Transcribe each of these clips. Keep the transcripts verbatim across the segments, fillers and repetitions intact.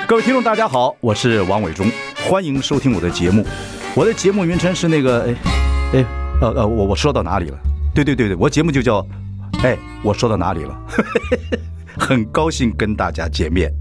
各位听众大家好，我是王伟忠，欢迎收听我的节目。我的节目名称是那个哎哎呃呃我我说到哪里了？对对对对，我节目就叫哎我说到哪里了？很高兴跟大家见面。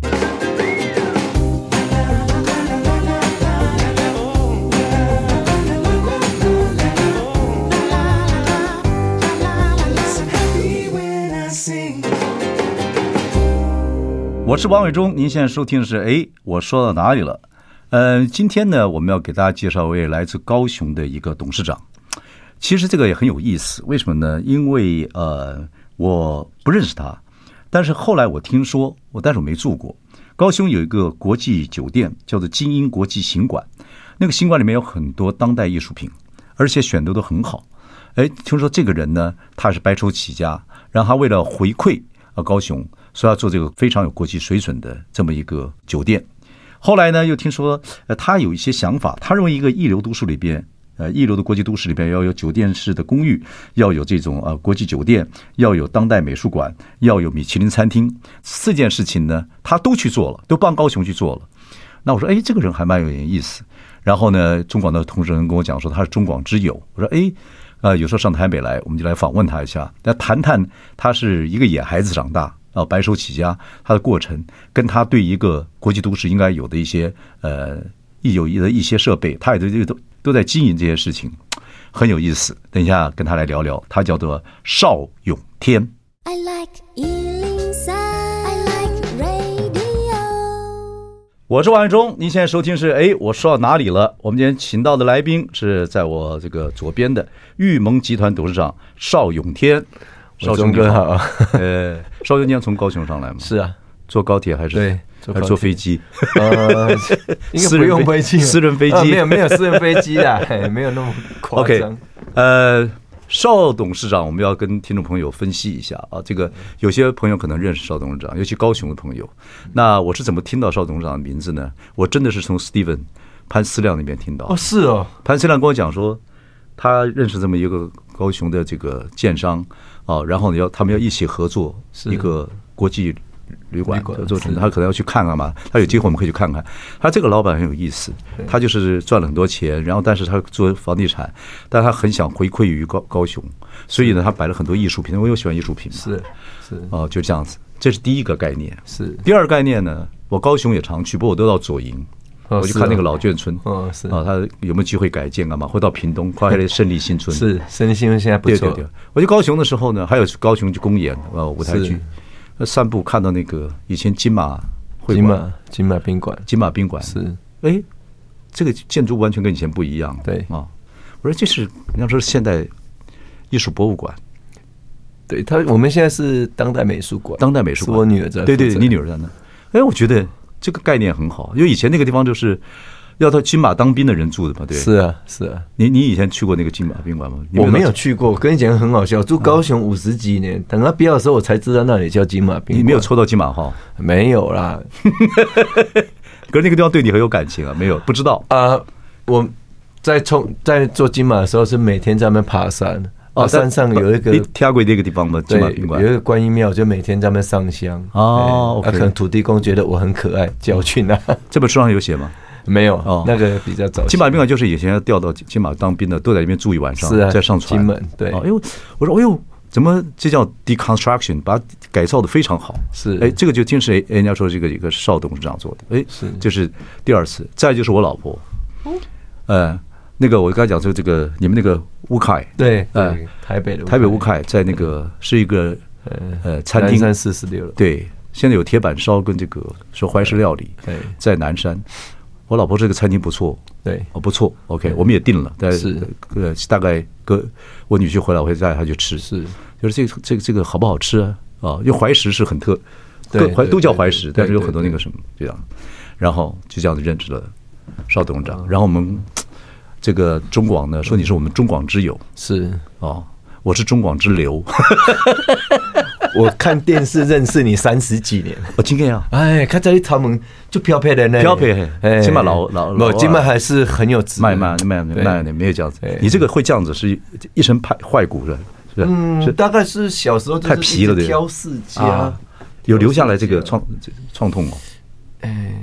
我是王伟忠，您现在收听的是哎，我说到哪里了？呃，今天呢，我们要给大家介绍一位来自高雄的一个董事长。其实这个也很有意思，为什么呢？因为呃，我不认识他，但是后来我听说，我但是我没住过。高雄有一个国际酒店叫做金鹰国际行馆，那个行馆里面有很多当代艺术品，而且选择都很好。哎，听说这个人呢，他是白手起家，然后他为了回馈啊高雄。说要做这个非常有国际水准的这么一个酒店，后来呢又听说，呃，他有一些想法，他认为一个一流都市里边，呃，一流的国际都市里边要有酒店式的公寓，要有这种呃国际酒店，要有当代美术馆，要有米其林餐厅，四件事情呢，他都去做了，都帮高雄去做了。那我说，哎，这个人还蛮有点意思。然后呢，中广的同事人跟我讲说他是中广之友，我说，哎。呃，有时候上台北来，我们就来访问他一下，来谈谈他是一个野孩子长大啊，白手起家，他的过程，跟他对一个国际都市应该有的一些呃一有的一些设备，他也都都都在经营这些事情，很有意思。等一下跟他来聊聊，他叫做邵永天。I like 一零三 I like radio。我是王伟忠，您现在收听是哎，我说到哪里了？我们今天请到的来宾是在我这个左边的裕盟集团董事长邵永天。 邵忠哥好。 呃，邵永天从高雄上来吗？ 是啊， 坐高铁还是对， 还是坐飞机？ 呃，应该不用飞机， 私人飞机、 呃、没有没有私人飞机啦，没有那么夸张。 OK， 呃。邵董事长，我们要跟听众朋友分析一下啊，这个有些朋友可能认识邵董事长，尤其高雄的朋友。那我是怎么听到邵董事长的名字呢？我真的是从 Steven 潘思亮那边听到。 哦，是哦， 潘思亮跟我讲说，他认识这么一个高雄的这个建商啊，然后呢要他们要一起合作一个国际旅馆做成，他可能要去看看嘛。他有机会我们可以去看看。他这个老板很有意思，他就是赚了很多钱，然后但是他做房地产，但他很想回馈于高高雄，所以呢，他摆了很多艺术品。我又喜欢艺术品嘛， 是是哦、呃，就这样子。这是第一个概念。 是第二个概念呢，我高雄也常去，不过我都到左营。我去看那个老眷村， 哦，是啊，他有没有机会改建干嘛？会到屏东，快来胜利新村， 是胜利新村现在不错。 对对对，我去高雄的时候呢，还有高雄去公演呃舞台剧。散步看到那个以前金马会馆， 金马金马宾馆， 金马宾馆是， 哎，这个建筑完全跟以前不一样。 对啊，我说这是人家说现代艺术博物馆， 对他，我们现在是当代美术馆， 当代美术馆， 是我女儿在， 对对，你女儿在那。哎，我觉得这个概念很好，因为以前那个地方就是要到金马当兵的人住的嘛，对。 是啊，是啊。 你你以前去过那个金马宾馆吗？ 我没有去过，我跟你讲很好笑，住高雄五十几年，等他毕业的时候我才知道那里叫金马宾馆。 你没有抽到金马号？ 没有啦。 可是那个地方对你很有感情啊？没有，不知道啊、呃。我在冲在做金马的时候是每天在那边爬山。哦，山上有一个你听过那个地方吗？金马宾馆有一个观音庙，就每天在那边上香。 哦， 可能土地公觉得我很可爱，叫我去那。 这本书上有写吗？ 没有，哦，那个比较早。 金马宾馆就是以前要调到金马当兵的，都在里面住一晚上， 是啊， 再上船。 金门对。 哎呦，我说哎呦，怎么这叫 deconstruction， 把它改造的非常好。 是， 哎，这个就听谁人家说这个一个邵董事长做的，哎， 是， 这是第二次。再就是我老婆，呃。那个我刚才讲说这个你们那个乌凯对，呃，台北的台北乌凯在那个是一个呃餐厅， 南山四十六了。 对，现在有铁板烧跟这个说怀石料理，在南山。我老婆这个餐厅不错， 对， 哦不错 ，OK， 我们也订了，但是呃大概隔我女婿回来我会带他去吃， 是， 就是这个这个这个好不好吃啊？啊，因为怀石是很特，各怀都叫怀石，但是有很多那个什么这样，然后就这样子认识了邵董事长，然后我们。这个中广呢说你是我们中广之友， 是哦，我是中广之流。 我看电视认识你三十几年， 我今天啊， 哎，看这里他们就飘飘的呢， 飘飘，哎，起码老老老，起码还是很有质。 慢慢慢慢慢，没有这样子。你这个会这样子是一身坏坏骨的，是吧？ 嗯，大概是小时候太皮了，对， 挑世家， 有留下来这个创创痛哦。 哎。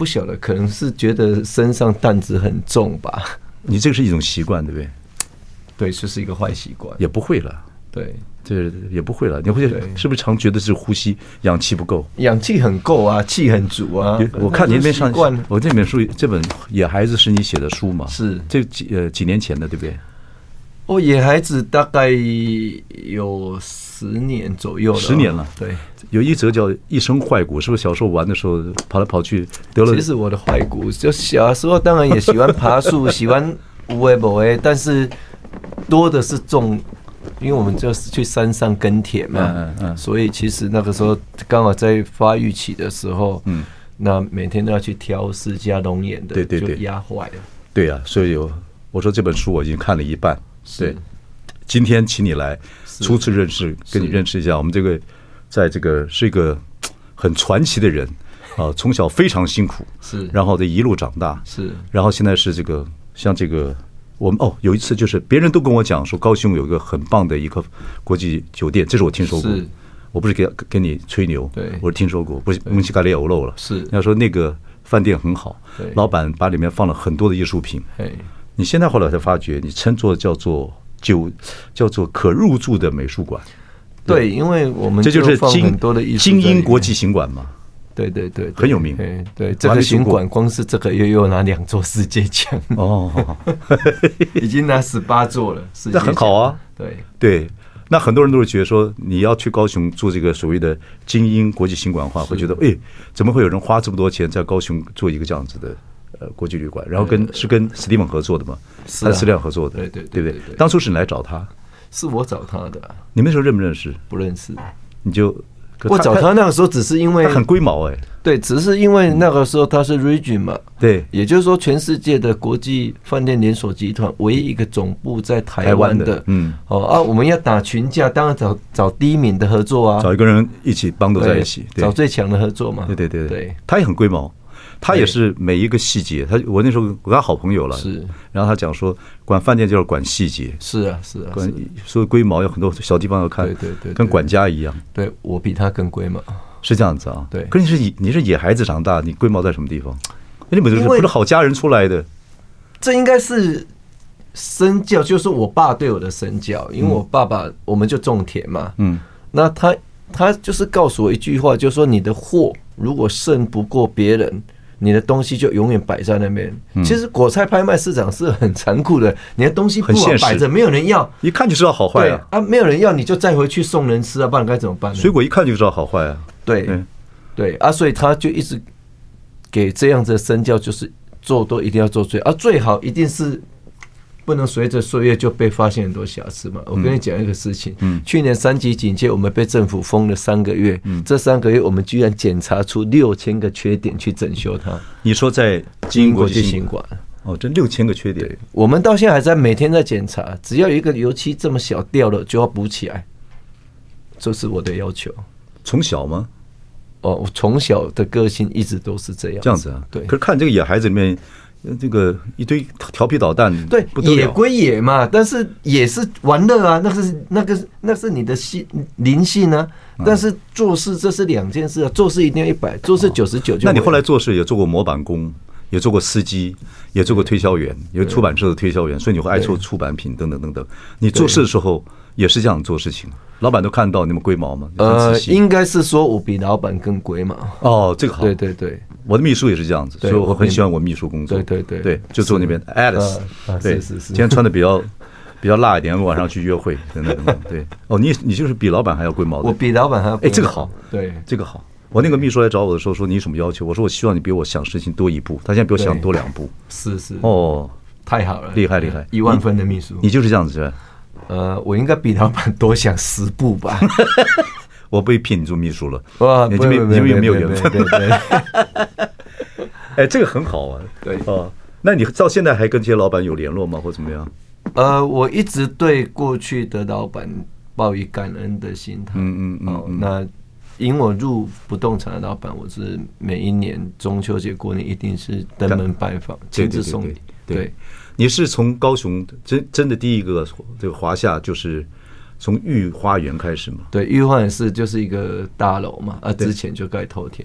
不晓得，可能是觉得身上担子很重吧。 你这个是一种习惯，对不对？ 对，就是一个坏习惯。 也不会了， 对， 这也不会了。你会是不是常觉得是呼吸氧气不够？ 氧气很够啊，气很足啊。 我看你那边上，我这本书这本《野孩子》是你写的书嘛？ 是这几呃几年前的，对不对？ 哦，野孩子大概有十年左右了， 十年了。 对， 有一则叫《一生坏骨》，是不是小时候玩的时候跑来跑去得了？ 其实我的坏骨就小时候当然也喜欢爬树，喜欢无为不为，但是多的是种，因为我们就是去山上耕田嘛，嗯嗯嗯，所以其实那个时候刚好在发育期的时候，嗯，那每天都要去挑释加龙眼的， 对对对， 就压坏了。 对啊，所以有我说这本书我已经看了一半。对，今天请你来初次认识，跟你认识一下。我们这个在这个是一个很传奇的人啊，从小非常辛苦， 是， 然后这一路长大， 是， 然后现在是这个像这个我们哦，有一次就是别人都跟我讲说高雄有一个很棒的一个国际酒店，这是我听说过，我不是给跟你吹牛， 对， 我是听说过，不是我们去咖喱欧漏了， 是， 要说那个饭店很好，老板把里面放了很多的艺术品。你现在后来才发觉，你称作叫做酒，叫做可入住的美术馆。 对，因为我们这就是很多的艺术精英国际行馆嘛。 对对对， 很有名。 对，这个行馆光是这个月又拿两座世界奖哦， 已经拿十八座了， 那很好啊。 对对，那很多人都是觉得说，你要去高雄做这个所谓的精英国际行馆的话，会觉得哎，怎么会有人花这么多钱在高雄做一个这样子的？呃，国际旅馆，然后跟是跟史蒂文合作的嘛，他是史蒂文合作的， 对对对不对？当初是你来找他， 是我找他的。 你们那时候认不认识？ 不认识。 你就我找他那个时候只是因为很龟毛哎， 对，只是因为那个时候他是 Region 嘛， 对， 也就是说全世界的国际饭店连锁集团唯一一个总部在台湾的，嗯，哦啊，我们要打群架，当然找找第一名的合作啊， 找一个人一起帮斗在一起， 找最强的合作嘛， 对对对对，他也很龟毛。他也是每一个细节，他我那时候我跟他好朋友了， 是， 然后他讲说，管饭店就要管细节， 是啊是啊， 管所有龟毛有很多小地方要看， 对对对， 跟管家一样。 对我比他更龟毛， 是这样子啊。 对， 可是你是你是野孩子长大，你龟毛在什么地方？你不是不是好家人出来的？ 这应该是身教，就是我爸对我的身教，因为我爸爸我们就种田嘛，嗯，那他他就是告诉我一句话，就是说你的货如果胜不过别人。你的东西就永远摆在那边。嗯、其实果菜拍卖市场是很残酷的，你的东西不好摆着，没有人要， 一看就知道好坏啊！ 啊，没有人要，你就再回去送人吃啊，不然该怎么办呢？ 水果一看就知道好坏啊！ 对，对，对啊，所以他就一直给这样子的身教，就是做都一定要做最啊，最好一定是。不能随着岁月就被发现很多瑕疵嘛？我跟你讲一个事情，嗯，去年三级警戒，我们被政府封了三个月，嗯，这三个月我们居然检查出六千个缺点去整修它。 你说在精英国际行馆， 哦，这六千个缺点， 我们到现在还在每天在检查，只要有一个油漆这么小掉了，就要补起来，这是我的要求。 从小吗？ 哦，我从小的个性一直都是这样， 这样子啊。 对， 可是看这个野孩子里面。这个一堆调皮捣蛋， 对，野归野嘛，但是也是玩乐啊，那是那个那是你的性灵性啊。但是做事这是两件事啊，做事一定要一百，做事九十九就。 那你后来做事也做过模板工，也做过司机，也做过推销员，有出版社的推销员，所以你会爱做出版品等等等等。你做事的时候也是这样做事情，老板都看到你们龟毛吗？ 呃，应该是说我比老板更龟毛。 哦，这个好。 对对对。 我的秘书也是这样子，所以我很喜欢我秘书工作。 对对对对，就坐那边 Alice， 对， 是是是。 今天穿的比较比较辣一点，晚上去约会等等等等。对，哦，你你就是比老板还要龟毛的。 我比老板还要。 哎，这个好， 对， 这个好。我那个秘书来找我的时候说你有什么要求？我说我希望你比我想事情多一步，他现在比我想多两步。 是是。 哦， 太好了， 厉害厉害， 一万分的秘书。 你就是这样子是吧？ 呃，我应该比老板多想十步吧。 我被聘你做秘书了， 哇， 你们你们有没有缘分？ 对对。 哎，这个很好啊。 对哦，那你到现在还跟这些老板有联络吗，或怎么样？ 呃，我一直对过去的老板抱以感恩的心态。 嗯嗯嗯。 哦，那引我入不动产的老板，我是每一年中秋节、过年一定是登门拜访，亲自送礼。对， 你是从高雄真真的第一个这个华夏就是从御花园开始嘛？ 对，御花园是就是一个大楼嘛，啊，之前就盖透天。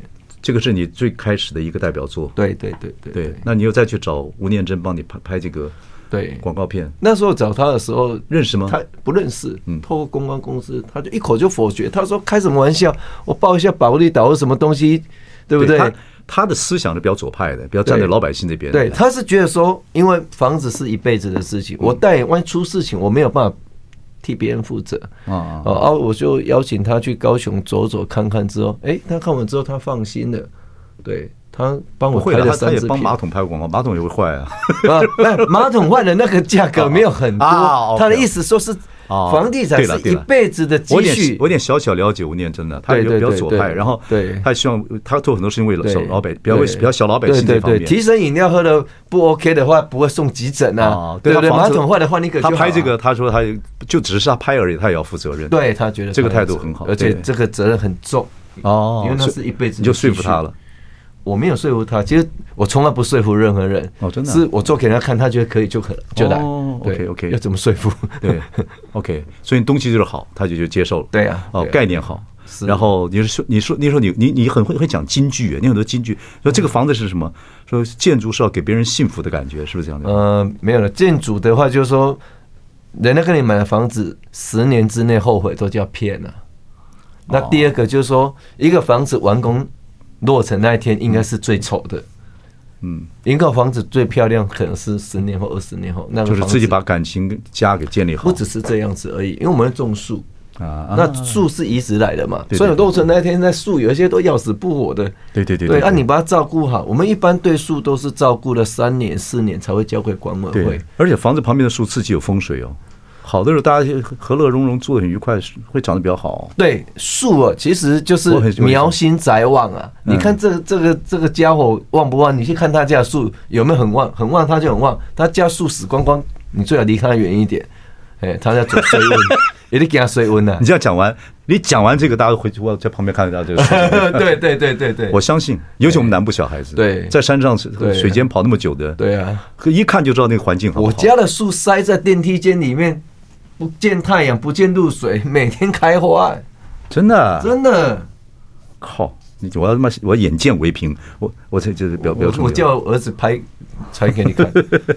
这个是你最开始的一个代表作。 对对对对对，那你又再去找吴念真帮你拍拍这个对广告片。 那时候找他的时候认识吗？ 他不认识，透过公关公司，他就一口就否决。他说开什么玩笑，我报一下保利岛或什么东西，对不对？ 他, 他的思想是比较左派的，比较站在老百姓这边。 对，他是觉得说，因为房子是一辈子的事情，我代万一出事情，我没有办法替别人负责啊。啊，我就邀请他去高雄走走看看，之后，哎，他看完之后他放心了，对。他帮我拍了三支片， 他也帮马桶拍广告，马桶也会坏啊。 马桶坏的那个价格没有很多，他的意思说是房地产是一辈子的积蓄。 我有点小小了解吴念真的，他比较左派，然后他希望他做很多事情为了小老百，比较为比较小老百姓这方面。 提神饮料喝的不 OK 的话，不会送急诊啊。对对，马桶坏的话，你可他拍这个，他说他就只是他拍而已，他也要负责任。 对他觉得这个态度很好， 而且这个责任很重哦，因为那是一辈子， 你就说服他了。 我没有说服他，其实我从来不说服任何人。 哦，真的、啊， 是我做给他看，他觉得可以就可就来。 哦 ，OK OK， 要怎么说服？ 对 ，OK， 所以东西就是好，他就就接受了。 对啊， 哦，概念好。然后你说，你说，你说你你你很会会讲金句，你很多金句。说这个房子是什么？说建筑是要给别人幸福的感觉，是不是这样的？ 呃，没有了。建筑的话，就是说，人家跟你买的房子，十年之内后悔都叫骗了。那第二个就是说，一个房子完工落成那一天应该是最丑的，嗯，一个房子最漂亮可能是十年后、二十年后，那个就是自己把感情家给建立好， 不只是这样子而已，因为我们种树啊，那树是移植来的嘛，所以落成那一天，那树有一些都要死不活的， 对对对对，那你把它照顾好，我们一般对树都是照顾了三年、四年才会交给管委会， 而且房子旁边的树自己有风水哦。好的时候，大家和乐融融，住得很愉快，会长得比较好。 对，树啊，其实就是苗心宅旺啊。你看这个这个这个家伙旺不旺？你去看他家树有没有很旺？很旺，他就很旺。他家树死光光，你最好离他远一点。哎，他在走水温，也得给他水温啊。 你这样讲完，你讲完这个，大家回去我在旁边看到这个。 对对对对对， 我相信，尤其我们南部小孩子， 对， 在山上水间跑那么久的， 对啊， 一看就知道那个环境好不好。 我家的树塞在电梯间里面。不见太阳，不见露水，每天开花， 真的、啊， 真的， 靠！你我要他妈，我要眼见为凭，我我这就是标标准。 我叫我儿子拍传给你看。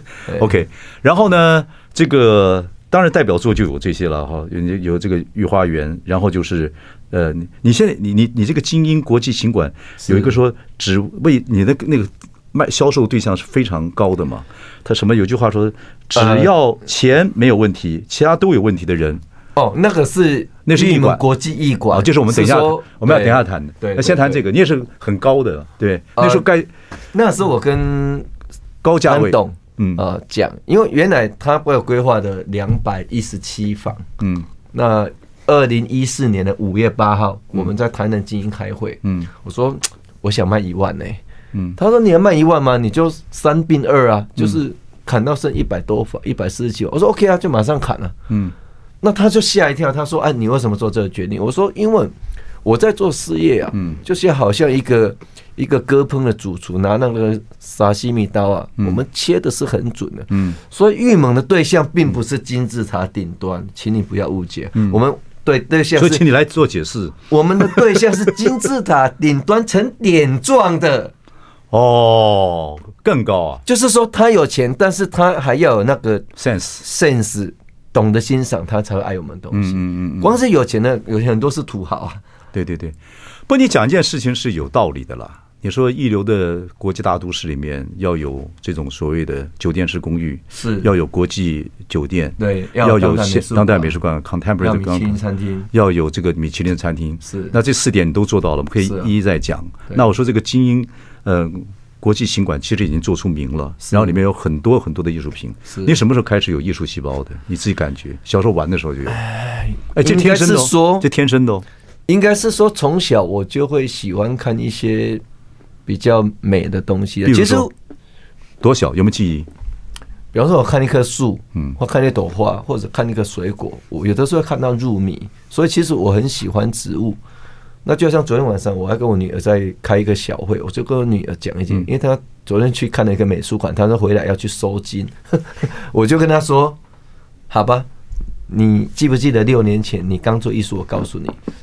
OK， 然后呢，这个当然代表作就有这些了哈，有有这个御花园，然后就是呃，你你现在你你你这个精英国际行馆有一个说只为你的那个。卖销售对象是非常高的嘛？他什么有句话说，只要钱没有问题，其他都有问题的人。 哦，那个是那是艺馆， 国际艺馆， 就是我们等一下我们要等一下谈的。对，那先谈这个，你也是很高的，对。那时候该那时候我跟高价位董嗯呃讲，因为原来他为我规划的两百一十七房，嗯，那二零一四年的五月八号，我们在台南精英开会，嗯，我说我想卖一万呢。嗯，他说你要卖一万吗？你就三并二啊，就是砍到剩一百多房，一百四十七。我说 OK 啊，就马上砍了。嗯，那他就吓一跳，他说：“哎，你为什么做这个决定？”我说：“因为我在做事业啊，嗯，就是好像一个一个割烹的主厨拿那个沙西米刀啊，我们切的是很准的。嗯，所以预谋的对象并不是金字塔顶端，请你不要误解。嗯，我们对对象， 所以请你来做解释。 我们的对象是金字塔顶端呈点状的。” 哦，更高啊！ 就是说他有钱，但是他还要有那个 sense sense， 懂得欣赏，他才会爱我们东西。嗯嗯嗯，光是有钱的，有很多是土豪啊。 对对对，不过你讲一件事情是有道理的啦。你说一流的国际大都市里面要有这种所谓的酒店式公寓，是要有国际酒店， 对， 要有当代美术馆 contemporary 米其林餐厅， 要有这个米其林餐厅。是，那这四点你都做到了，我们可以一一再讲。那我说这个精英。呃，国际行馆其实已经做出名了，然后里面有很多很多的艺术品。你什么时候开始有艺术细胞的？你自己感觉？小时候玩的时候就有。哎，这天生的哦，这天生的哦。 应该是说从小我就会喜欢看一些比较美的东西。其实多小有没有记忆？ 比方说，我看一棵树，嗯，或看一朵花，或者看一个水果，我有的时候看到入迷。所以其实我很喜欢植物。那就像昨天晚上，我还跟我女儿在开一个小会，我就跟我女儿讲一件，因为她昨天去看了一个美术馆，她说回来要去收金，我就跟她说：“好吧，你记不记得六年前你刚做艺术？我告诉你，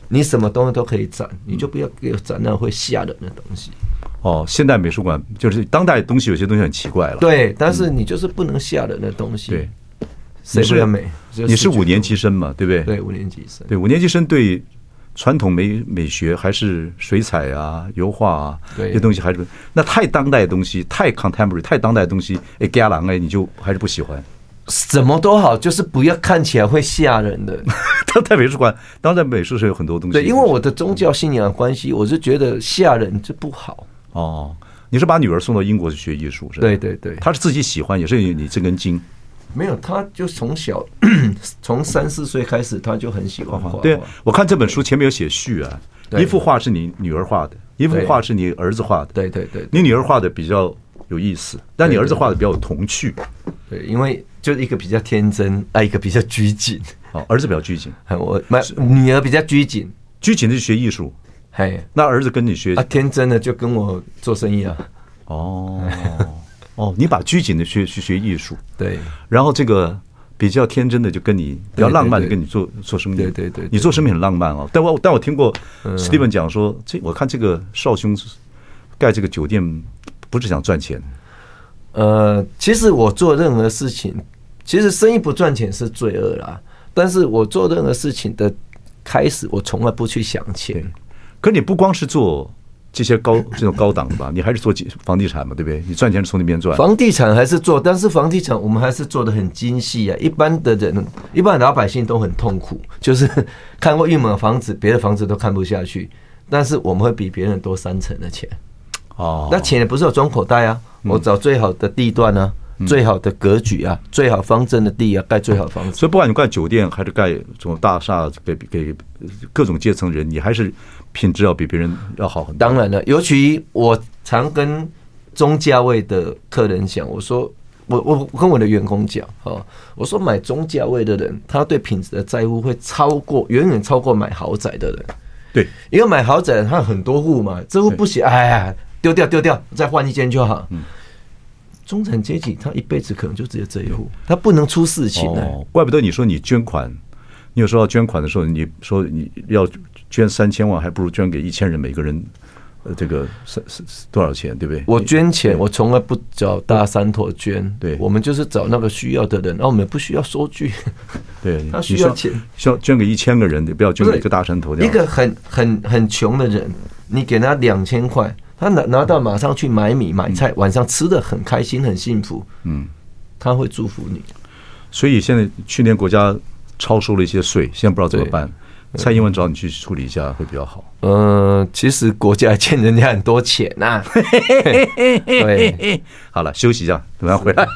你什么东西都可以展，你就不要给我展那会吓人的东西。 哦，现代美术馆就是当代东西，有些东西很奇怪了。 对，但是你就是不能吓人的东西。 对， 谁不要美？ 你是五年级生嘛，对不对？ 对，五年级生。 对，五年级生对传统美美学还是水彩啊、油画啊，这些东西还是那太当代的东西，太 contemporary、太当代的东西，哎，嘎郎哎，你就还是不喜欢。 什么都好，就是不要看起来会吓人的。 当代美术馆，当代美术是有很多东西。 对，因为我的宗教信仰关系，我是觉得吓人就不好。 哦，你是把女儿送到英国去学艺术是吧？ 对对对， 她是自己喜欢，也是你这根筋。 没有，她就从小从三四岁开始，她就很喜欢画画。 对，我看这本书前面有写序啊，一幅画是你女儿画的，一幅画是你儿子画的。 对对 对, 对， 你女儿画的比较有意思，但你儿子画的比较有童趣。 对，因为就是一个比较天真，啊，一个比较拘谨。 哦，儿子比较拘谨， 我女儿比较拘谨， 拘谨的是学艺术。 嘿， 那儿子跟你学啊，天真的就跟我做生意啊。 哦哦，你把拘谨的学去学艺术， 对， 然后这个比较天真的就跟你比较浪漫的跟你做做生意。 对对对， 你做生意很浪漫哦。但我但我听过 Steven 讲说，这我看这个少兄盖这个酒店不是想赚钱。 呃，其实我做任何事情，其实生意不赚钱是罪恶啦。但是我做任何事情的开始，我从来不去想钱。 可你不光是做这些高这种高档的吧，你还是做房地产嘛，对不对？你赚钱是从那边赚。 房地产还是做，但是房地产我们还是做得很精细啊。一般的人，一般的老百姓都很痛苦，就是看过一门房子，别的房子都看不下去，但是我们会比别人多三成的钱。哦，那钱也不是有装口袋啊，我找最好的地段啊。嗯、最好的格局啊，最好方正的地啊，盖最好的房子。 所以不管你盖酒店还是盖这种大厦，给给各种阶层人，你还是品质要比别人要好很多。 当然了，尤其我常跟中价位的客人讲，我说我我跟我的员工讲哦，我说买中价位的人，他对品质的在乎会超过远远超过买豪宅的人。 对， 因为买豪宅他有很多户嘛，这户不行，哎呀，丢掉丢掉，再换一间就好。嗯。中产阶级他一辈子可能就只有这一户，他不能出事情呢、 哦。怪不得你说你捐款，你有时候要捐款的时候，你说你要捐三千万，还不如捐给一千人，每个人呃这个是是多少钱，对不对？ 我捐钱，我从来不找大山头捐， 对， 我们就是找那个需要的人，然后我们不需要收据， 对， 他需要钱， 需要捐给一千个人，不要捐给一个大山头。 一个很很很穷的人，你给他两千块。他拿拿到马上去买米买菜，晚上吃得很开心很幸福，嗯，他会祝福你。 所以现在去年国家超收了一些税，现在不知道怎么办。蔡英文找你去处理一下会比较好。 呃，其实国家欠人家很多钱呐、啊。对， 好了，休息一下，等下回来。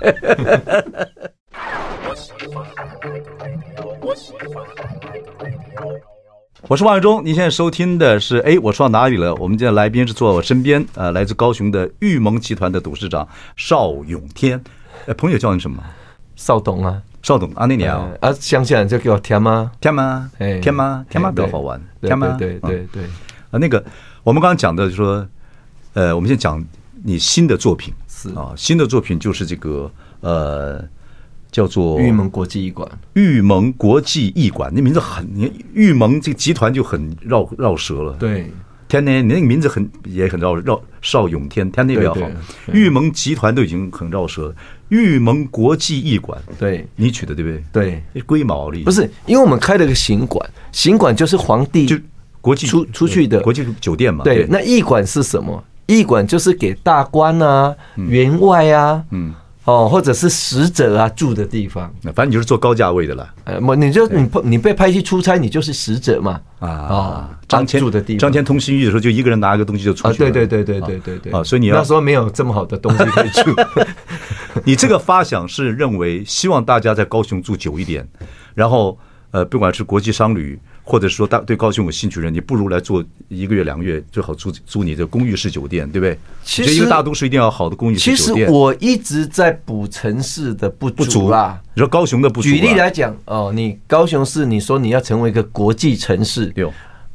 我是王伟忠，您现在收听的是哎，我说到哪里了？我们今天来宾是坐在我身边，呃，来自高雄的裕盟集团的董事长邵永天。呃，朋友叫你什么？ 邵董啊， 邵董啊，那年啊， 啊，乡下人就叫我天妈， 天妈，天妈，天妈比较好玩，天妈， 对对对。 啊，那个我们刚刚讲的，就是说，呃，我们先讲你新的作品是啊，新的作品就是这个呃。叫做裕盟国际艺馆， 裕盟国际艺馆，那名字很，你裕盟这个集团就很绕绕舌了。 对， 天呢，你那个名字很也很绕绕，邵永天，天那比较好。裕盟集团都已经很绕舌了，裕盟国际艺馆， 对， 你取的对不对？ 对， 龟毛力不是，因为我们开了个行馆，行馆就是皇帝就国际出出去的国际酒店嘛。 对，那艺馆是什么？艺馆就是给大官啊、员外啊，嗯。哦，或者是使者啊住的地方， 反正你就是做高价位的啦。 呃，你就你你被派去出差，你就是使者嘛。 啊，张骞住的地方， 张骞通西域的时候，就一个人拿一个东西就出去了。 对对对对对对对。 啊，所以你要那时候没有这么好的东西可以住。 你这个发想是认为希望大家在高雄住久一点，然后呃，不管是国际商旅。或者说，大对高雄有兴趣的人，你不如来做一个月、两个月，最好租租你的公寓式酒店，对不对？ 其实一个大都市一定要好的公寓式酒店。 其实我一直在补城市的不足啦。 你说高雄的不足、啊。 举例来讲，哦，你高雄市，你说你要成为一个国际城市，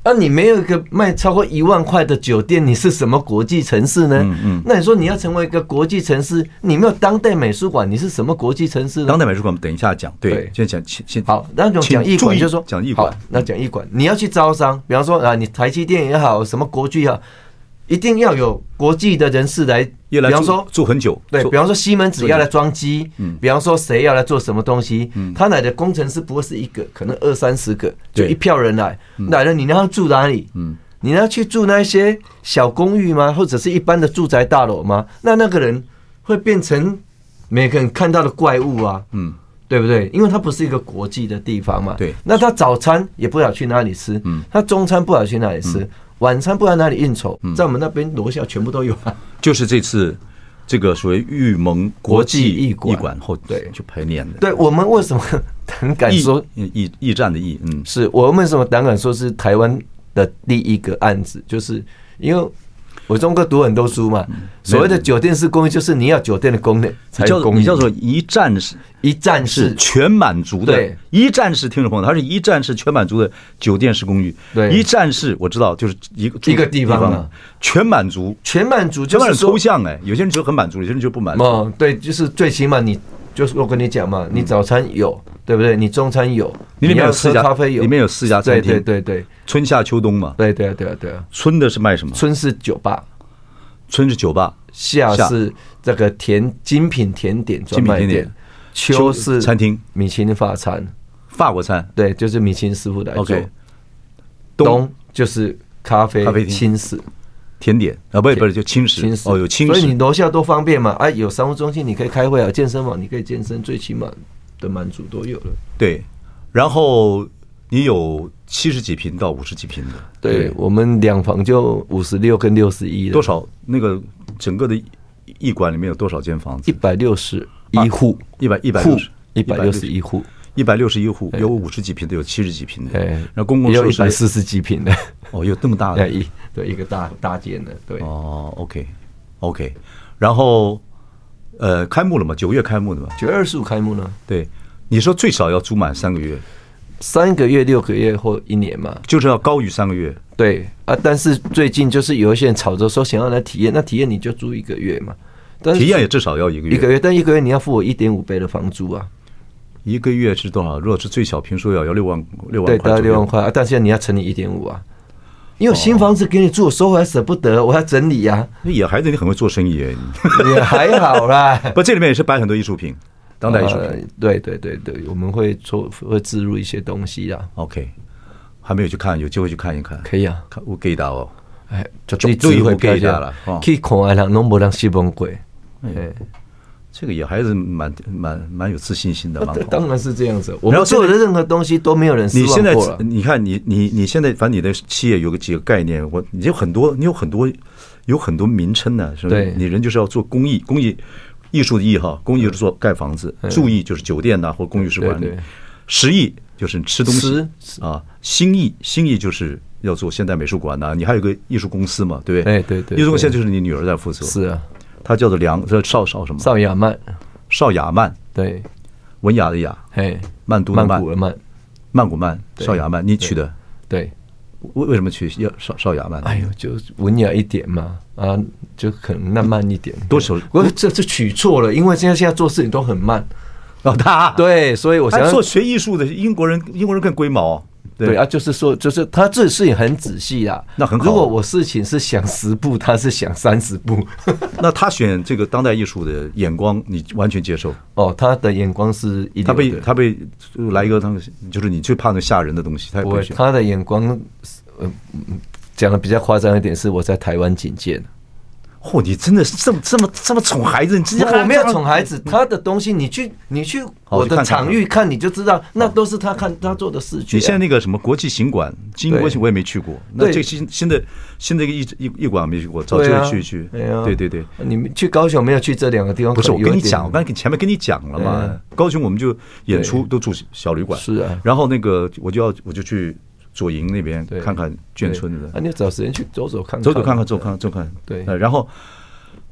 啊，你没有一个卖超过一万块的酒店，你是什么国际城市呢？嗯嗯。那你说你要成为一个国际城市，你没有当代美术馆，你是什么国际城市呢？ 当代美术馆，等一下讲。对，先讲先好。那种讲艺馆，就是说讲艺馆。 那讲艺馆，你要去招商，比方说啊，你台积电也好，什么国巨也好，一定要有国际的人士来，比方说做很久， 对，比方说西门子要来装机，嗯，比方说谁要来做什么东西，嗯，他来的工程师不会是一个，可能二三十个，就一票人来，来了，你要住哪里？嗯，你要去住那些小公寓吗？或者是一般的住宅大楼吗？那那个人会变成每个人看到的怪物啊，嗯，对不对？因为它不是一个国际的地方嘛， 对。 那他早餐也不知道去哪里吃，嗯，他中餐不知道去哪里吃。晚餐不知道哪里应酬，在我们那边楼下全部都有啊。 就是这次这个所谓玉盟国际艺馆后， 对， 就排练的。 对，我们为什么胆敢说驿驿站的驿？嗯， 是我们为什么胆敢说是台湾的第一个案子？就是因为我中国读很多书嘛，所谓的酒店式公寓就是你要酒店的功能才有公寓， 你叫做一站式， 一站式全满足的，一站式听众朋友，它是一站式全满足的酒店式公寓。 对， 一站式我知道，就是一个一个地方啊， 全满足， 全满足， 全满足抽象哎，有些人觉得很满足，有些人觉得不满足。 哦，对，就是最起码你就是我跟你讲嘛，你早餐有，对不对？你中餐有， 你里面有四家咖啡有， 里面有四家餐厅， 对对对对， 春夏秋冬嘛， 对对对对啊。 春的是卖什么？ 春是酒吧。 春是酒吧， 夏是这个甜精品甜点专卖店，秋是餐厅， 米其林法餐， 法国餐， 对，就是米其林师傅来做。 OK， 冬就是咖啡、 咖啡轻食、 甜点啊，不是不是就轻食， 轻食哦，有轻食， 所以你楼下多方便嘛，啊，有商务中心你可以开会啊，健身房你可以健身，最起码的满足都有了。 对，然后你有七十几平到五十几平的， 对，我们两房就五十六跟六十一， 多少？那个整个的艺馆里面有多少间房子？ 一百六十一户， 一百一百六十， 一百六十一户， 一百六十一户，有五十几平的，有七十几平的， 然后公共设施有一百四十几平的， 哦，有这么大的， 一对一个大大间的，对， 哦 ，OK OK， 然后呃，开幕了嘛？九月开幕的嘛？ 九月二十五开幕呢？ 对，你说最少要租满三个月。 三个月、六个月或一年嘛， 就是要高于三个月。 对啊，但是最近就是有一些人吵着说想要来体验，那体验你就租一个月嘛。但体验也至少要一个月， 一个月，但一个月你要付我一点五倍的房租啊。 一个月是多少？如果是最小坪数要要六万六万块， 对，大概六万块啊。但现在你要乘以一点五啊，因为新房子给你住，我收回来舍不得，我要整理啊。 那野孩子，你很会做生意耶， 也还好啦。 不，这里面也是摆很多艺术品。当代艺术品、呃， 对对对对，我们会做会置入一些东西啦。 OK， 还没有去看，有机会去看一看。 可以啊， 看我给到哦， 哎，就终于会给到了。去看的人拢无人失望过。哎， 这个野孩子蛮蛮蛮有自信心的，蛮好。 当然是这样子，我们做的任何东西都没有人失望过了。 你现在你看你你你现在反正你的企业有个几个概念，我你有很多你有很多有很多名称呢，是吧？对，你人就是要做公益公益。艺术的艺哈，公益就是做盖房子，注意就是酒店呐、啊、或公寓式管理，实艺就是吃东西啊，新艺新艺就是要做现代美术馆呐、啊，你还有个艺术公司嘛，对不对？ 哎对对， 艺术公司现在就是你女儿在负责， 是啊， 她叫做梁，这邵邵什么？ 邵雅曼， 邵雅曼， 对， 文雅的雅， 哎， 曼都的曼， 曼谷的曼， 曼谷曼，邵雅曼，你取的， 对。 为为什么取要邵邵雅曼？ 哎呦，就文雅一点嘛，啊，就可能浪漫一点。 多少？ 我这这取错了，因为现在现在做事情都很慢。 哦，他对，所以我想做学艺术的英国人，英国人更龟毛。 对, 对啊，就是说，就是他这事情很仔细啊。 那很好。 如果我事情是想十步，他是想三十步。 那他选这个当代艺术的眼光，你完全接受？ 哦，他的眼光是一流的。 他被他被来一个他就是你最怕那吓人的东西，他也不会选。 他的眼光，呃，讲的比较夸张一点，是我在台湾警戒的。 嚯、哦，你真的是这么这么这么宠孩子？你直接我没有宠孩子，他的东西你去你去我的场域看，你就知道那都是他看他做的事情、啊。 你现在那个什么国际行馆、经营国际我也没去过，那这个新新的新的一个艺艺艺馆没去过，找机会去去。对、啊、对对对， 你们去高雄没有去这两个地方？ 不是我跟你讲，我刚才前面跟你讲了嘛，高雄我们就演出都住小旅馆， 是啊， 然后那个我就要我就去。左营那边看看眷村的， 啊，你找时间去走走看看， 走走看看，走看走看。 对， 然后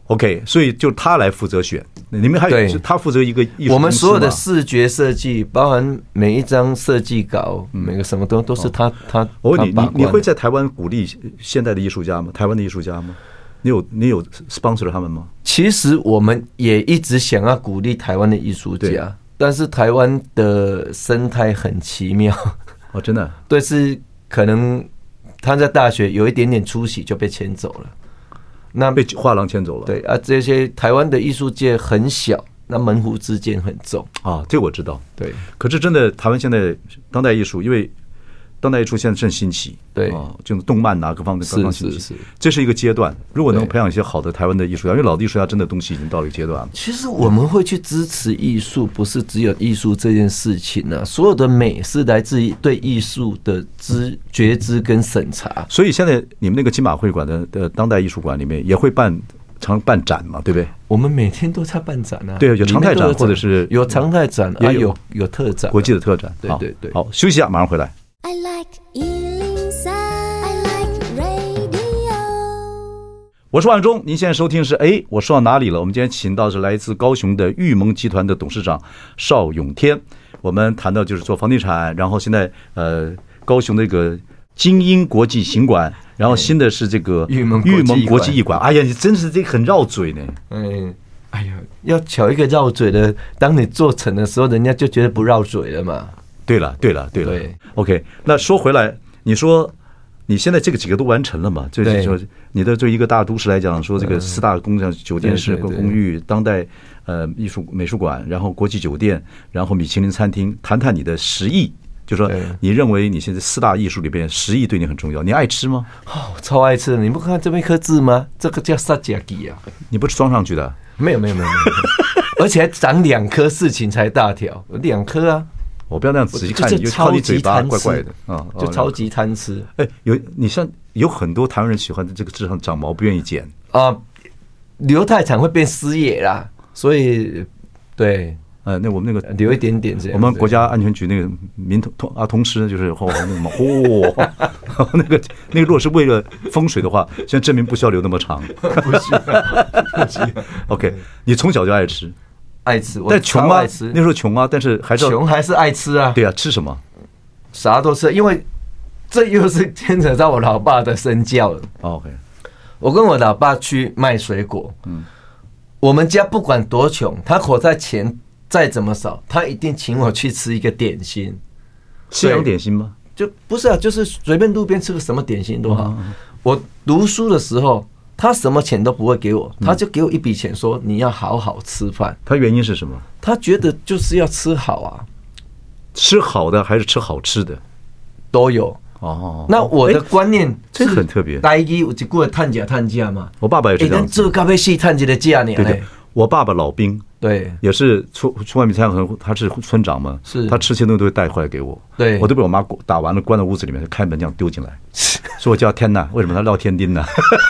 OK， 所以就他来负责选，你们还有他负责一个艺术。 我们所有的视觉设计，包含每一张设计稿，嗯、每个什么都都是他、哦、他。 我问你，你你会在台湾鼓励现代的艺术家吗？台湾的艺术家吗？你有你有 sponsor 他们吗？ 其实我们也一直想要鼓励台湾的艺术家，但是台湾的生态很奇妙。 哦，真的？ 对，是可能他在大学有一点点出息就被牵走了。那被画廊牵走了。 对啊，这些台湾的艺术界很小，那门户之见很重啊，这个我知道。 对， 可是真的，台湾现在当代艺术，因为当代艺术现在正兴起， 对啊，就是动漫啊，各方面刚刚兴起， 是是是， 这是一个阶段。如果能培养一些好的台湾的艺术家，因为老的艺术家真的东西已经到了一个阶段了。 其实我们会去支持艺术，不是只有艺术这件事情啊，所有的美是来自于对艺术的知觉知跟审查。 所以现在你们那个金马会馆的的当代艺术馆里面也会办。常办展嘛，对不对？ 我们每天都在办展啊， 对，有常态展或者是有常态展啊，有有特展， 国际的特展。 对对对， 好，休息一下，马上回来。 I like 一零三 I like radio。 我是万忠，您现在收听是哎，我说到哪里了？我们今天请到是来自高雄的裕盟集团的董事长邵永天，我们谈到就是做房地产，然后现在呃高雄的一个精英国际行馆。然后新的是这个裕盟国际艺馆，哎呀，你真是这个很绕嘴呢。 嗯，哎呀，要巧一个绕嘴的，当你做成的时候，人家就觉得不绕嘴了嘛。 对了，对了，对了。 对 OK， 那说回来，你说你现在这个几个都完成了嘛？就是说，你的对一个大都市来讲，说这个四大公像酒店式公寓、当代呃艺术美术馆，然后国际酒店，然后米其林餐厅，谈谈你的十亿。就说你认为你现在四大艺术里边十亿对你很重要，你爱吃吗？ 哦，超爱吃的！你不看这边一颗字吗？这个叫萨甲吉啊！ 你不是装上去的？ 没有没有没有没有，而且还长两颗，事情才大条，两颗啊！ 我不要那样仔细看，就靠你嘴巴怪怪的啊， 就超级贪吃。 哎，有你像有很多台湾人喜欢这个智上长毛，不愿意剪啊，留太长会变失野啦，所以对。 呃，那我们那个留一点点这样， 我们国家安全局那个民通通啊通师就是嚯那个嘛嚯，那个那个如果是为了风水的话，现在证明不需要留那么长， 不需要，不需要。 OK， 你从小就爱吃， 爱吃， 但穷啊，那时候穷啊，但是还是穷还是爱吃啊。 对啊，吃什么？ 啥都吃，因为这又是牵扯到我老爸的身教了。 OK， 我跟我老爸去卖水果，嗯，我们家不管多穷，他口袋钱再怎么少，他一定请我去吃一个点心。 西洋点心吗？ 就不是啊，就是随便路边吃个什么点心都好。我读书的时候，他什么钱都不会给我，他就给我一笔钱，说你要好好吃饭。 他原因是什么？ 他觉得就是要吃好啊， 吃好的还是吃好吃的都有。哦，那我的观念这很特别。 第一有一句探价探价嘛， 我爸爸也是这样子。 这咖啡系探价的价呢？ 对对，我爸爸老兵。 对， 也是出出外面参加，他是村长嘛， 是他吃些东西都会带回来给我， 对， 我都被我妈打完了，关在屋子里面，开门这样丢进来，说我叫天哪，为什么他撂天钉呢？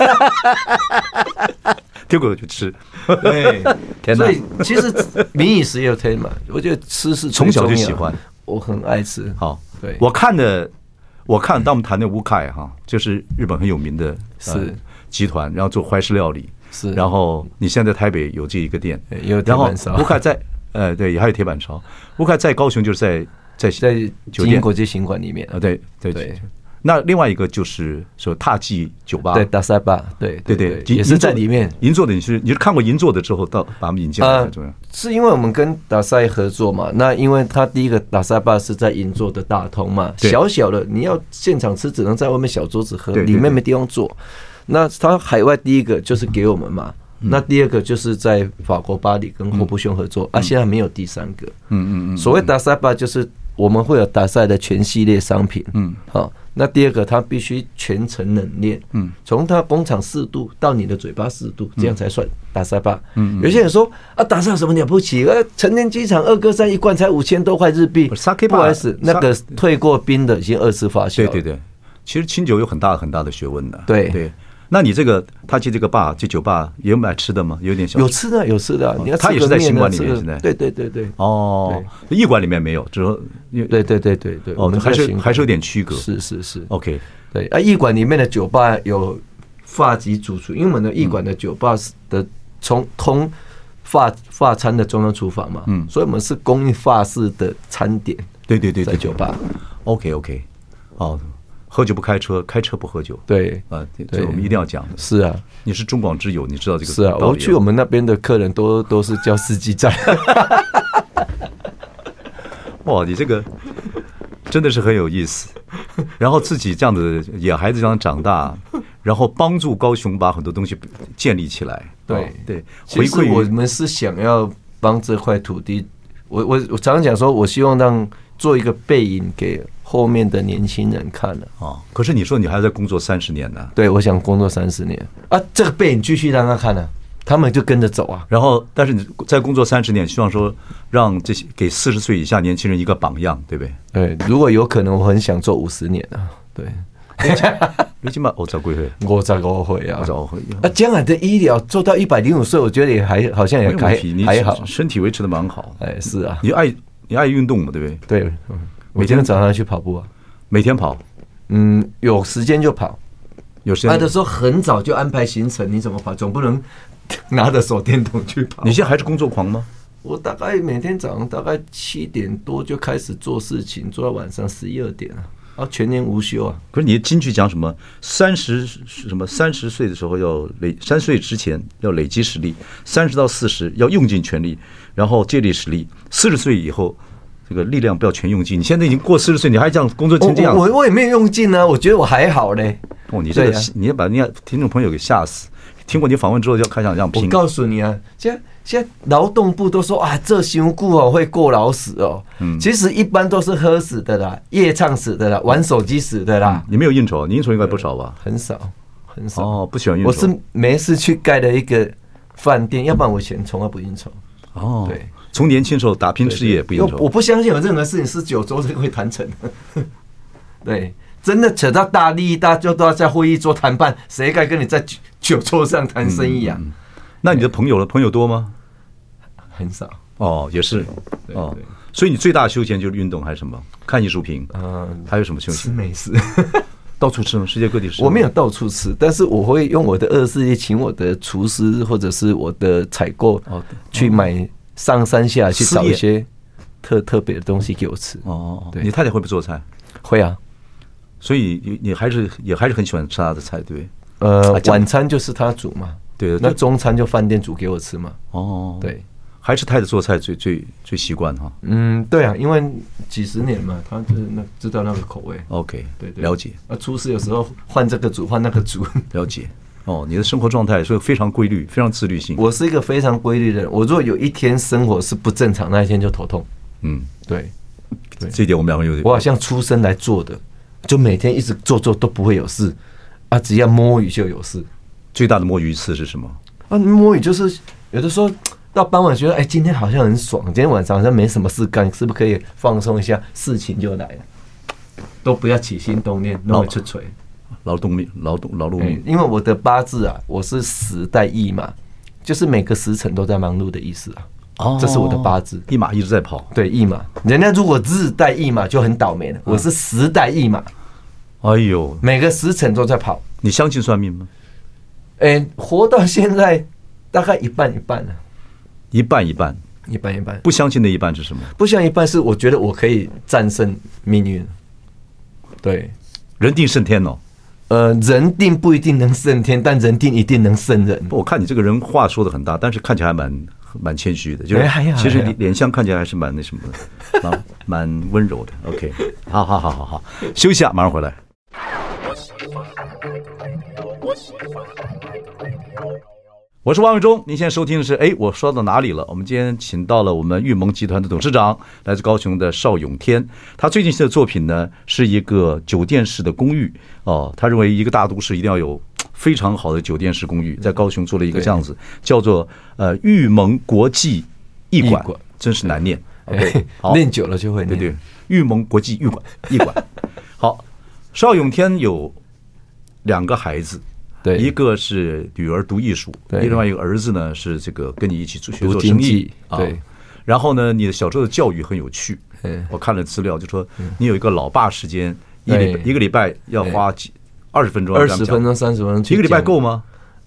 丢给我去吃， 对， 天哪！ 所以其实民以食为天嘛，我觉得吃是从小就喜欢， 我很爱吃。 好， 对， 我看的，我看当我们谈的乌凯哈，就是日本很有名的是集团，然后做怀石料理。 是， 然后你现在在台北有这一个店， 有铁板烧。 乌凯在呃对，还有铁板烧。乌凯在高雄就是在在在酒店国际行馆里面啊，对对对。那另外一个就是说踏迹酒吧， 对，大塞吧，对对对， 也是在里面。 银座的你是你是看过银座的之后，到把他们引进来很重要。 是因为我们跟达塞合作嘛？那因为他第一个达塞吧是在银座的大通嘛，小小的你要现场吃，只能在外面小桌子喝，里面没地方坐。那他海外第一个就是给我们嘛，那第二个就是在法国巴黎跟霍布兄合作啊，现在没有第三个。嗯嗯嗯。所谓达塞吧就是我们会有达塞的全系列商品。嗯。好，那第二个它必须全程冷链。嗯。从它工厂四度到你的嘴巴四度，这样才算达塞吧。嗯。有些人说啊，达塞有什么了不起？呃，成田机场二哥山一罐才五千多块日币。不好意思，那个退过冰的已经二次发酵。 对对对，其实清酒有很大很大的学问的。 对对。那你这个他去这个吧，这酒吧有买吃的吗？有点小有吃的，有吃的。你要他也是在行馆里面现在。 对对对对。 哦，艺馆里面没有，只说对对对对对。 哦，还是还是有点区隔。 是是是。 OK， 对啊，艺馆里面的酒吧有发级主厨，因为我们的艺馆的酒吧的从通法法餐的中央厨房嘛，嗯，所以我们是供应法式的餐点。 对对对， 在酒吧。 OK OK， 哦，喝酒不开车，开车不喝酒。 对啊，这我们一定要讲的。 是啊， 你是中广之友，你知道这个是啊。我去我们那边的客人都都是叫司机载。 哇，你这个真的是很有意思。然后自己这样子野孩子这样长大，然后帮助高雄把很多东西建立起来。 对、哦、 对， 回馈我们是想要帮这块土地。我我我常常讲说，我希望让做一个背影给后面的年轻人看了啊。可是你说你还在工作三十年呢？ 对，我想工作三十年啊，这个背影继续让他看啊。他们就跟着走啊， 然后，但是你在工作三十年，希望说让这些给四十岁以下年轻人一个榜样，对不对？ 对，如果有可能，我很想做五十年啊。对， 你起码我找几岁？ 我找五岁啊， 我找五岁啊。将来的医疗做到一百零五岁，我觉得也还好像也还还好， 身体维持的蛮好。 哎，是啊， 你爱你爱运动嘛，对不对？ 对，每天早上去跑步啊， 每天跑， 嗯，有时间就跑， 有时间。 有的时候很早就安排行程，你怎么跑？总不能拿着手电筒去跑。 你现在还是工作狂吗？ 我大概每天早上大概七点多就开始做事情，做到晚上十一二点啊，然后全年无休啊。 可是你的金句讲什么？三十什么？三十岁的时候要累，三十岁之前要累积实力，三十到四十要用尽全力，然后借力使力。四十岁以后，这个力量不要全用尽。你现在已经过四十岁，你还这样工作成这样？ 我我也没有用尽啊，我觉得我还好嘞。 哦，你这个、啊、你要把人家听众朋友给吓死。听过你访问之后，就开始这样拼。 我告诉你啊，现在现在劳动部都说啊，这伤久哦会过劳死哦。嗯，其实一般都是喝死的啦，夜唱死的啦，玩手机死的啦。 嗯、你没有应酬，你应酬应该不少吧？ 很少，很少。 哦，不喜欢应酬。 我是没事去盖了一个饭店，要不然我以前从来不应酬。 哦， 对， 从年轻时候打拼事业不应酬。 我不相信有任何事情是九州会谈成的。对。真的扯到大利益，大家就都要在会议桌谈判，谁该跟你在酒桌上谈生意啊？ 嗯嗯、那你的朋友了？朋友多吗？ 很少。 哦，也是。哦，所以你最大的休闲就是运动还是什么？看艺术品。嗯，还有什么休闲？ 吃美食， 到处吃吗？世界各地吃。 我没有到处吃，但是我会用我的二十力请我的厨师或者是我的采购去买上山下去找一些特特别的东西给我吃。 哦，对，你太太会不会做菜？ 会啊。所以你还是也还是很喜欢吃他的菜，对不对？ 呃，晚餐就是他煮嘛， 对， 那中餐就饭店煮给我吃嘛。 哦， 对， 还是太太做菜最最最习惯哈。 嗯，对啊，因为几十年嘛，他就是那知道那个口味。 OK， 对对， 了解。 啊，厨师有时候换这个煮，换那个煮， 了解。哦，你的生活状态是非常规律，非常自律性。 我是一个非常规律的人，我如果有一天生活是不正常，那一天就头痛。 嗯， 对，对， 这一点我们两个有点。 我好像出生来做的。就每天一直做做都不会有事啊，只要摸鱼就有事。 最大的摸鱼次是什么？ 啊，摸鱼就是有的时候到傍晚觉得，哎，今天好像很爽，今天晚上好像没什么事干，是不是可以放松一下？事情就来了，都不要起心动念，弄会出锤。 劳动力，劳动劳碌命。 因为我的八字啊，我是时带驿马，就是每个时辰都在忙碌的意思啊。哦，这是我的八字， 一马一直在跑。 对，一马，人家如果日带一马就很倒霉了。我是时带一马， 哎呦， 每个时辰都在跑。 你相信算命吗？ 哎、欸，活到现在大概一半一半了， 一半一半， 一半一半。 不相信的一半是什么？ 不相信一半是我觉得我可以战胜命运。对， 人定胜天哦。 呃，人定不一定能胜天，但人定一定能胜人。 我看你这个人话说的很大，但是看起来还蛮。蛮谦虚的，就是其实脸相看起来还是蛮那什么的，蛮蛮温柔的。OK， 好好好好好，休息下，马上回来。我是王伟忠，您现在收听的是哎，我说到哪里了？我们今天请到了我们裕盟集团的董事长，来自高雄的邵永天。他最近的作品呢是一个酒店式的公寓哦，他认为一个大都市一定要有非常好的酒店式公寓，在高雄做了一个这样子，叫做呃裕盟国际艺馆，真是难念。OK， 好， 念久了就会念。 对对，裕盟国际艺馆艺馆。好，邵永天有两个孩子。对，一个是女儿读艺术，另外一个儿子呢是这个跟你一起学做生意。对，然后呢，你的小时候的教育很有趣。我看了资料，就说你有一个老爸时间，一礼一个礼拜要花几二十分钟， 二十分钟、三十分钟， 一个礼拜够吗？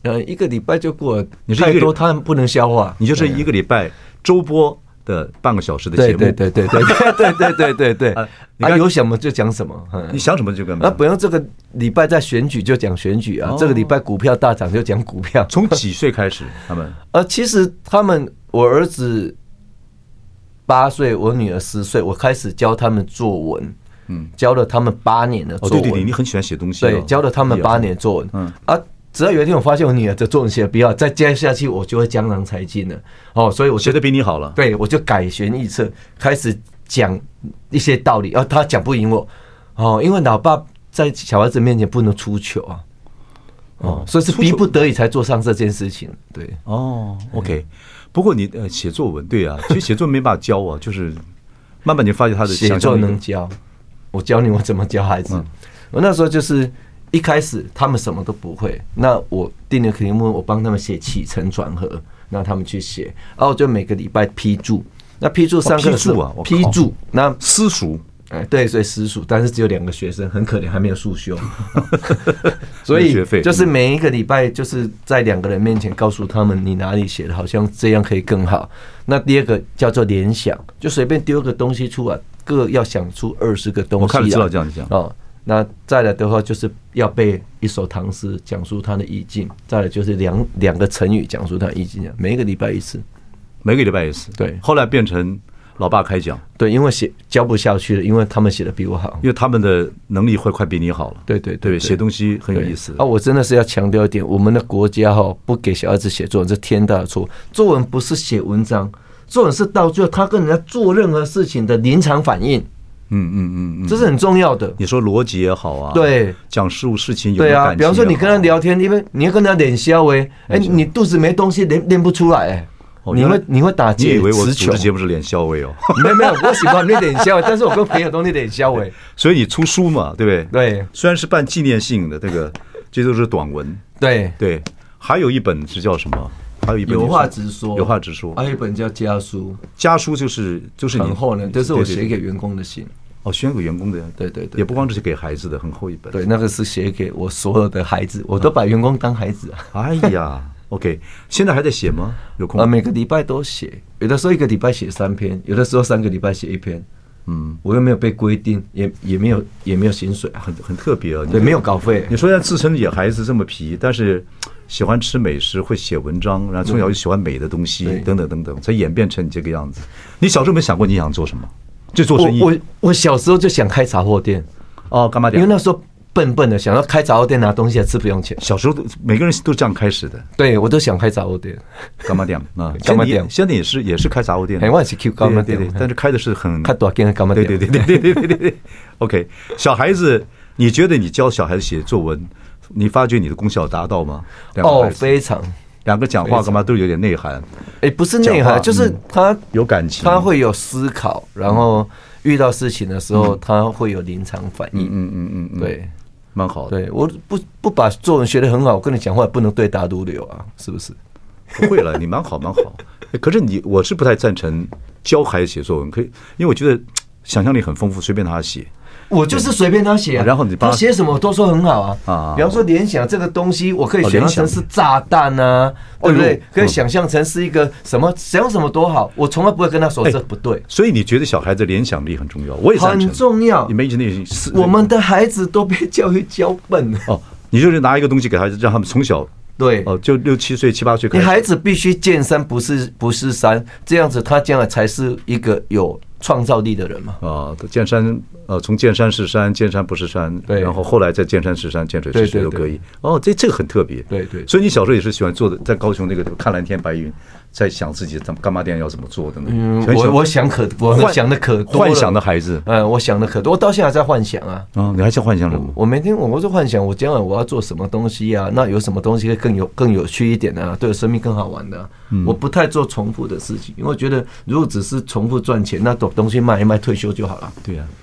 呃，一个礼拜就过了， 你是一个太多他们不能消化， 你就是一个礼拜周播的半个小时的节目， 对对对对对对对对对对， 啊啊，有什么就讲什么， 你想什么就跟啊，不用这个礼拜在选举就讲选举啊，这个礼拜股票大涨就讲股票。 从几岁开始他们？ 呃，其实他们，我儿子八岁，我女儿十岁，我开始教他们作文，嗯，教了他们八年的作文。 哦，对对对，你很喜欢写东西， 对，教了他们八年作文，嗯啊。只要有一天我发现我女儿的作文写的比较，再接下去我就会江郎才尽了哦，所以我写的比你好了， 对，我就改弦易辙，开始讲一些道理，然后他讲不赢我哦，因为老爸在小孩子面前不能出糗啊，哦，所以是逼不得已才做上这件事情，对， 哦 ，OK， 不过你呃写作文对啊，其实写作文没办法教啊，就是慢慢你发现他的写作能教，我教你我怎么教孩子，我那时候就是。一开始他们什么都不会，那我定了题目，我帮他们写起承转合，让他们去写，然后我就每个礼拜批注。那批注上课的时候，批注，那私塾， 哎，对，所以私塾，但是只有两个学生，很可怜，还没有速修，所以就是每一个礼拜就是在两个人面前告诉他们你哪里写的好像这样可以更好。那第二个叫做联想，就随便丢个东西出来，各要想出二十个东西。 我看了知道这样讲哦。那再来的话，就是要背一首唐诗，讲述它的意境；再来就是两两个成语，讲述它的意境。每一个礼拜一次， 每个礼拜一次。对，后来变成老爸开讲。 对，因为写教不下去了，因为他们写的比我好， 因为他们的能力会快比你好了。 对对 对, 对， 写东西很有意思。 啊，我真的是要强调一点，我们的国家哈不给小孩子写作文，这天大的错。作文不是写文章，作文是到最后他跟人家做任何事情的临场反应。 嗯嗯嗯嗯， 这是很重要的。 你说逻辑也好啊， 对， 讲事物事情有对啊。比方说你跟他聊天，因为你要跟他脸消微，哎，你肚子没东西练练不出来，哎，你会你会打结。 你以为我主持节目是脸消微哦？ 没有没有，我喜欢练脸消微，但是我跟朋友都练脸消微。 所以你出书嘛，对不对？ 对， 虽然是办纪念性的，这个这都是短文。 对对，还有一本是叫什么？还有一本有话直说， 有话直说。 还有一本叫家书， 家书就是就是很厚呢，这是我写给员工的信。 哦，写给员工的， 对对对， 也不光是给孩子的，很厚一本。 对，那个是写给我所有的孩子，我都把员工当孩子啊。 哎呀 ，OK， 现在还在写吗？有空啊，每个礼拜都写，有的时候一个礼拜写三篇，有的时候三个礼拜写一篇。嗯，我又没有被规定，也也没有也没有薪水， 很很特别啊。 对，没有稿费。 你说像自称野孩子这么皮，但是喜欢吃美食，会写文章，然后从小就喜欢美的东西，等等等等，才演变成你这个样子。你小时候没想过你想做什么？就做生意。 我我我小时候就想开杂货店， 哦，干嘛店？ 因为那时候笨笨的，想要开杂货店拿东西来吃不用钱。 小时候每个人都这样开始的。 对，我都想开杂货店。 干嘛店啊？ 干嘛店？ 现在也是也是开杂货店。 哎，我也是 Q 干嘛店， 但是开的是很开大间的干嘛店？ 对对对对对对对对。OK， 小孩子，你觉得你教小孩子写作文，你发觉你的功效达到吗？ 哦，非常。 两个讲话干嘛都有点内涵。 哎，不是内涵，就是他有感情， 他会有思考，然后遇到事情的时候，他会有临场反应。 嗯嗯嗯嗯， 对， 蛮好的。 对，我不不把作文学得很好，我跟你讲话也不能对答如流啊，是不是？ 不会了，你蛮好蛮好。可是你我是不太赞成教孩子写作文，可以，因为我觉得想象力很丰富，随便他写。 我就是随便他写、啊， 然后你他写什么我都说很好啊。啊，比方说联想这个东西，我可以想象成是炸弹啊，对不对？可以想象成是一个什么，想什么多好，我从来不会跟他说这不对。 所以你觉得小孩子联想力很重要？我也赞成， 很重要。 你没那些， 我们的孩子都被教育教笨了。 哦，你就是拿一个东西给孩子，让他们从小。 对哦，就六七岁、七八岁开始， 你孩子必须见山不是不是山，这样子他将来才是一个有创造力的人嘛。 啊，见山呃，从见山是山，见山不是山，对，然后后来再见山是山，见水是水都可以。哦，这这个很特别， 对对。 所以你小时候也是喜欢做的，在高雄那个看蓝天白云，在想自己干妈店要怎么做的呢？ 嗯，我我想可我想的可多了， 幻想的孩子， 嗯，我想的可多，我到现在还在幻想啊。 啊，你还在幻想什么？ 我每天我我在幻想，我将来我要做什么东西啊？那有什么东西会更有更有趣一点啊？对生命更好玩的、啊。嗯、我不太做重复的事情，因为我觉得如果只是重复赚钱，那种东西卖一卖退休就好了。 对啊。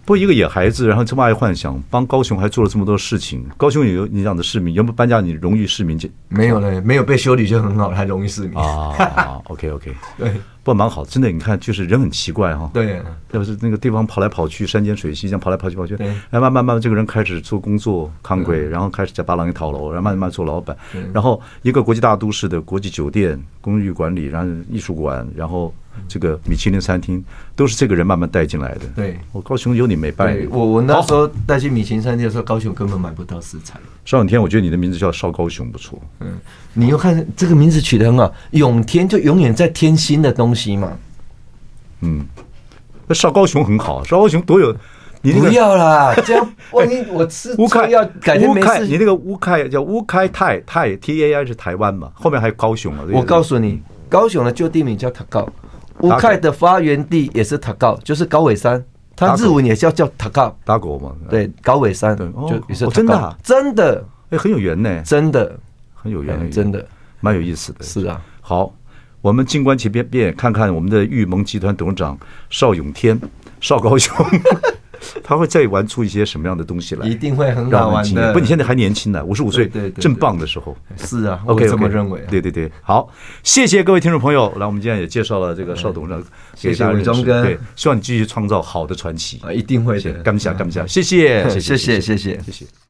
不过一个野孩子，然后这么爱幻想，帮高雄还做了这么多事情。高雄有你这样的市民，有没有颁奖你荣誉市民奖？ 没有呢，没有被修理就很好，还荣誉市民啊。OK OK， 对， 不过蛮好，真的，你看，就是人很奇怪哈。 对， 要是那个地方跑来跑去，山间水溪这样跑来跑去跑去， 对， 哎，慢慢慢，这个人开始做工作，康轨，然后开始在巴郎一套楼，然后慢慢做老板，然后一个国际大都市的国际酒店、公寓管理，然后艺术馆，然后这个米其林餐厅，都是这个人慢慢带进来的。 对， 我高雄有你没办法。 我我那时候带去米其林餐厅的时候，高雄根本买不到食材。 邵永天，我觉得你的名字叫邵高雄不错。 嗯，你又看这个名字取得很好，永天就永远在添新的东西嘛。 嗯，那邵高雄很好，邵高雄多有。你那个、 不要啦，这样万一我吃乌开要改天没事。 你那个乌开叫乌开泰泰 T A I 是台湾嘛，后面还有高雄啊。 我告诉你，高雄的旧地名叫塔高，乌开的发源地也是塔高，就是高尾山，它日文也叫叫塔高。 打狗嘛， 对，高尾山就也是真的真的， 哎，很有缘呢， 真的很有缘， 真的蛮有意思的。 是啊， 好，我们静观其变变，看看我们的裕盟集团董事长邵永天，邵高雄。他会再玩出一些什么样的东西来？ 一定会很好玩的。 不，你现在还年轻呢，五十五岁，正棒的时候。 是啊 ，OK， 这么认为。 对对对，好，谢谢各位听众朋友。来，我们今天也介绍了这个邵董事长， 谢谢伟忠哥。 对，希望你继续创造好的传奇啊，一定会的。 感谢感谢，谢谢， 谢谢，谢谢， 谢谢。